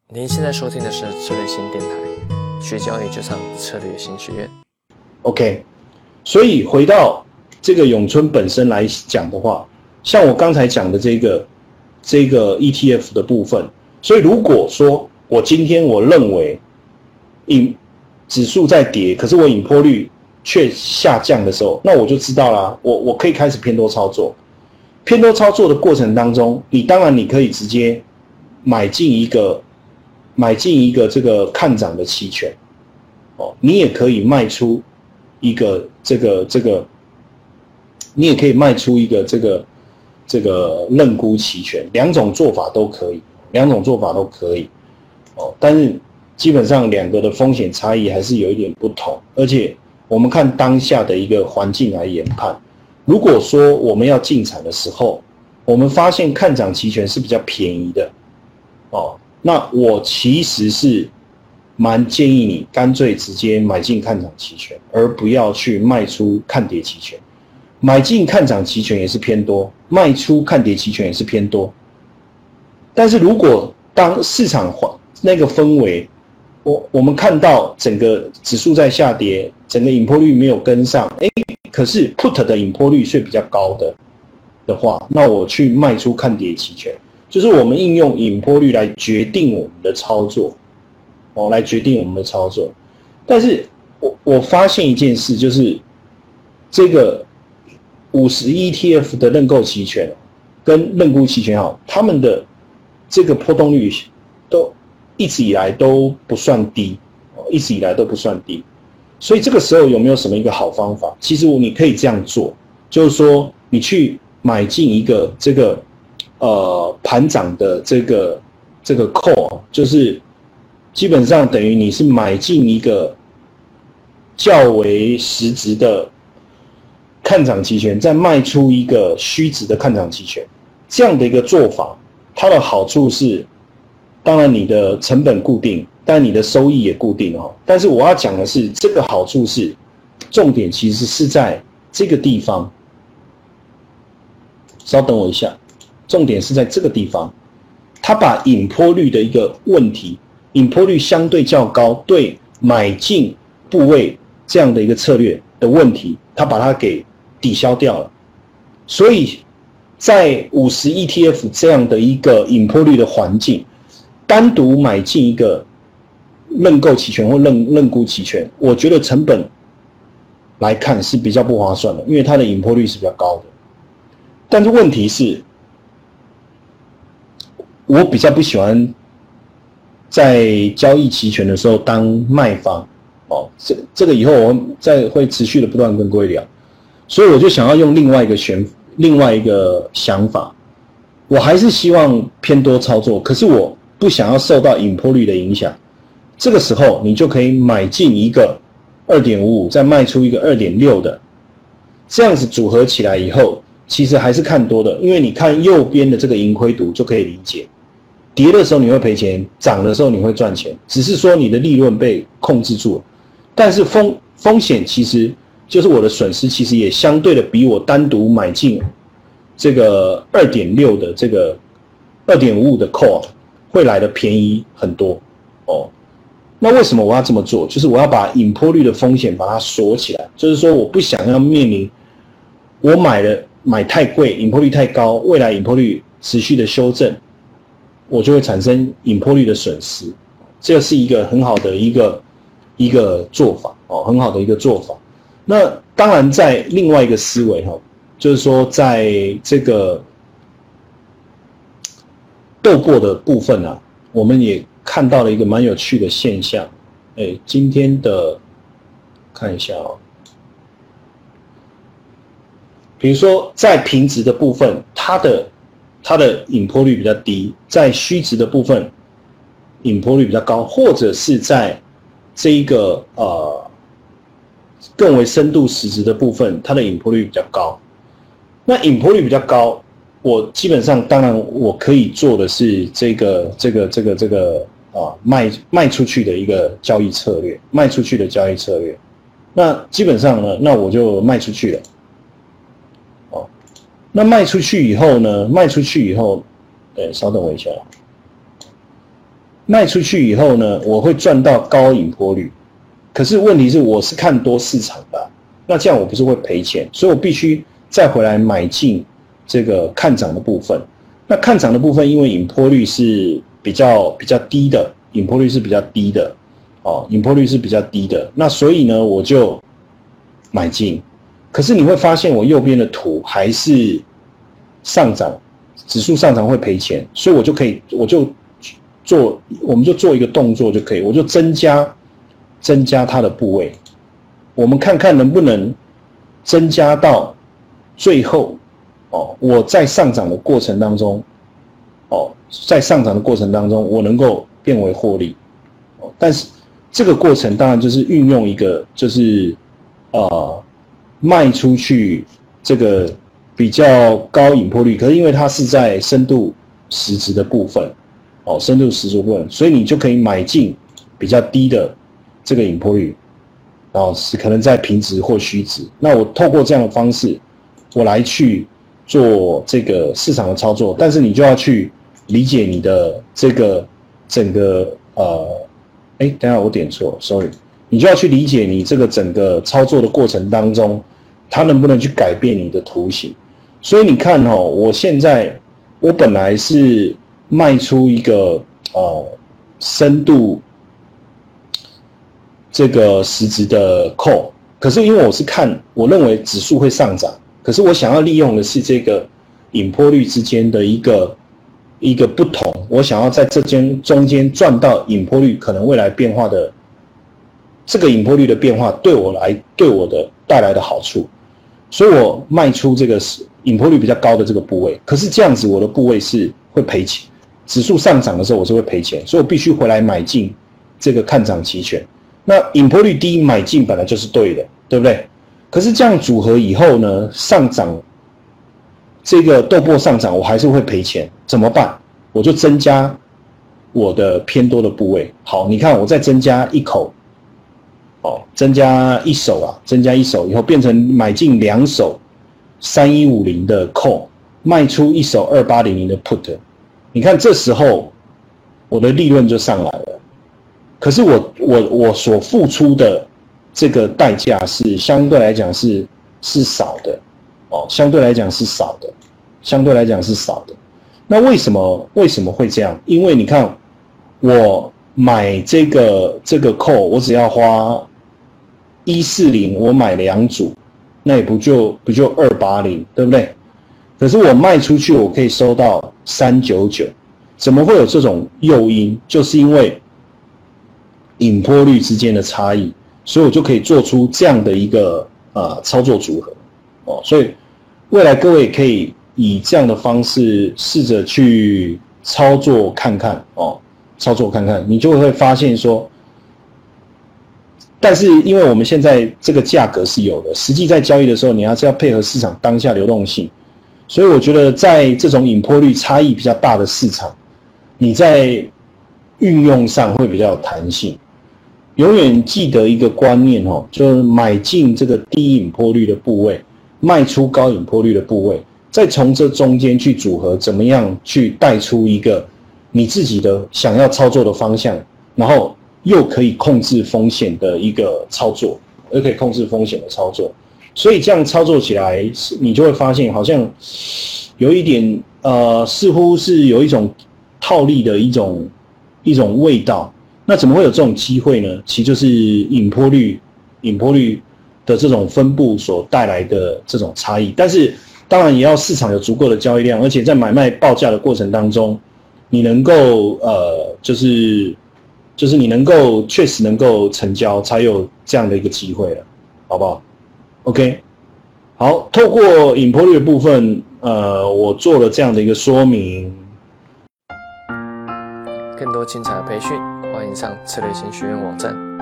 您现在收听的是策略新电台，学交易就上策略新学院。 OK， 所以回到这个咏春本身来讲的话，像我刚才讲的这个 ETF 的部分，所以如果说我今天我认为指数在跌，可是我引波率却下降的时候，那我就知道啦，我可以开始偏多操作。偏多操作的过程当中，当然你可以直接买进一个这个看涨的期权，你也可以卖出一个你也可以卖出一个这个认沽期权，两种做法都可以，但是基本上两个的风险差异还是有一点不同，而且我们看当下的一个环境来研判。如果说我们要进场的时候，我们发现看涨期权是比较便宜的，那我其实是蛮建议你干脆直接买进看涨期权，而不要去卖出看跌期权。买进看涨期权也是偏多，卖出看跌期权也是偏多。但是如果当市场那个氛围，我们看到整个指数在下跌，整个引波率没有跟上，可是 put 的引波率是比较高的话，那我去卖出看跌期权，就是我们应用引波率来决定我们的操作，但是我发现一件事，就是这个50 ETF 的认购期权跟认沽期权他们的这个波动率都一直以来都不算低，所以这个时候有没有什么一个好方法？其实你可以这样做，就是说你去买进一个这个盘涨的这个 call， 就是基本上等于你是买进一个较为实质的看涨期权，再卖出一个虚值的看涨期权，这样的一个做法，它的好处是，当然你的成本固定，但你的收益也固定但是我要讲的是，这个好处是，重点其实是在这个地方。稍等我一下，重点是在这个地方，它把引波率的一个问题，引波率相对较高，对买进部位这样的一个策略的问题，它把它给抵消掉了。所以在50 ETF 这样的一个引波率的环境，单独买进一个认购期权或认沽期权，我觉得成本来看是比较不划算的，因为它的引波率是比较高的。但是问题是，我比较不喜欢在交易期权的时候当卖方这个以后我们再会持续的不断跟各位聊，所以我就想要用另外一个想法，我还是希望偏多操作，可是我不想要受到引波率的影响。这个时候你就可以买进一个 2.55 再卖出一个 2.6 的，这样子组合起来以后，其实还是看多的，因为你看右边的这个盈亏图就可以理解，跌的时候你会赔钱，涨的时候你会赚钱，只是说你的利润被控制住了，但是风险其实就是我的损失，其实也相对的比我单独买进这个 2.6 的这个 2.55 的 call 会来的便宜很多那为什么我要这么做？就是我要把引波率的风险把它锁起来，就是说我不想要面临我买太贵，引波率太高，未来引波率持续的修正，我就会产生引波率的损失。这是一个很好的一个做法很好的一个做法。那当然在另外一个思维就是说在这个斗破的部分我们也看到了一个蛮有趣的现象。今天的看一下比如说在平值的部分，它的引波率比较低，在虚值的部分引波率比较高，或者是在这一个更为深度实值的部分，它的引波率比较高。那引波率比较高，我基本上当然我可以做的是这个卖出去的一个交易策略，那基本上呢，那我就卖出去了。那卖出去以后，稍等我一下。 卖出去以后呢，我会赚到高引波率。可是问题是我是看多市场的，那这样我不是会赔钱，所以我必须再回来买进这个看涨的部分。那看涨的部分因为引波率是比较低的，引波率是比较低的引波率是比较低的，那所以呢我就买进。可是你会发现我右边的图还是上涨，指数上涨会赔钱，所以我们就做一个动作就可以，我就增加它的部位，我们看看能不能增加到最后我在上涨的过程当中我能够变为获利但是这个过程当然就是运用一个就是卖出去这个比较高引波率，可是因为它是在深度实质的部分深度实质部分，所以你就可以买进比较低的这个引波率是可能在平值或虚值。那我透过这样的方式我来去做这个市场的操作，但是你就要去理解你的这个整个等一下我点错 ，sorry， 你就要去理解你这个整个操作的过程当中，它能不能去改变你的图形。所以你看我本来是卖出一个深度这个实质的 call， 可是因为我认为指数会上涨，可是我想要利用的是这个引波率之间的一个不同，我想要在这中间赚到引波率可能未来变化的这个引波率的变化对我的带来的好处，所以我卖出这个引波率比较高的这个部位。可是这样子我的部位是会赔钱，指数上涨的时候我是会赔钱，所以我必须回来买进这个看涨期权。那引波率低买进本来就是对的，对不对？可是这样组合以后呢，上涨这个豆粕上涨我还是会赔钱，怎么办？我就增加我的偏多的部位。好，你看我再增加一口增加一手以后变成买进2手3150的 call， 卖出1手2800的 put。 你看这时候我的利润就上来了，可是我所付出的这个代价是相对来讲是少的相对来讲是少的。那为什么会这样？因为你看我买这个 call 我只要花140，我买2组，那也不就280，对不对？可是我卖出去我可以收到399，怎么会有这种诱因？就是因为引波率之间的差异，所以我就可以做出这样的一个操作组合所以未来各位可以以这样的方式试着去操作看看你就会发现说，但是因为我们现在这个价格是有的，实际在交易的时候你还是要配合市场当下流动性，所以我觉得在这种引波率差异比较大的市场，你在运用上会比较有弹性。永远记得一个观念就是买进这个低引波率的部位，卖出高引波率的部位，再从这中间去组合，怎么样去带出一个你自己的想要操作的方向，然后又可以控制风险的一个操作，所以这样操作起来，你就会发现好像有一点似乎是有一种套利的一种味道。那怎么会有这种机会呢？其实就是引波率的这种分布所带来的这种差异。但是当然也要市场有足够的交易量，而且在买卖报价的过程当中，你能够就是你能够确实能够成交，才有这样的一个机会了，好不好 ？OK， 好，透过引波率的部分，我做了这样的一个说明。 更多精彩的培训，欢迎上策略型学院网站。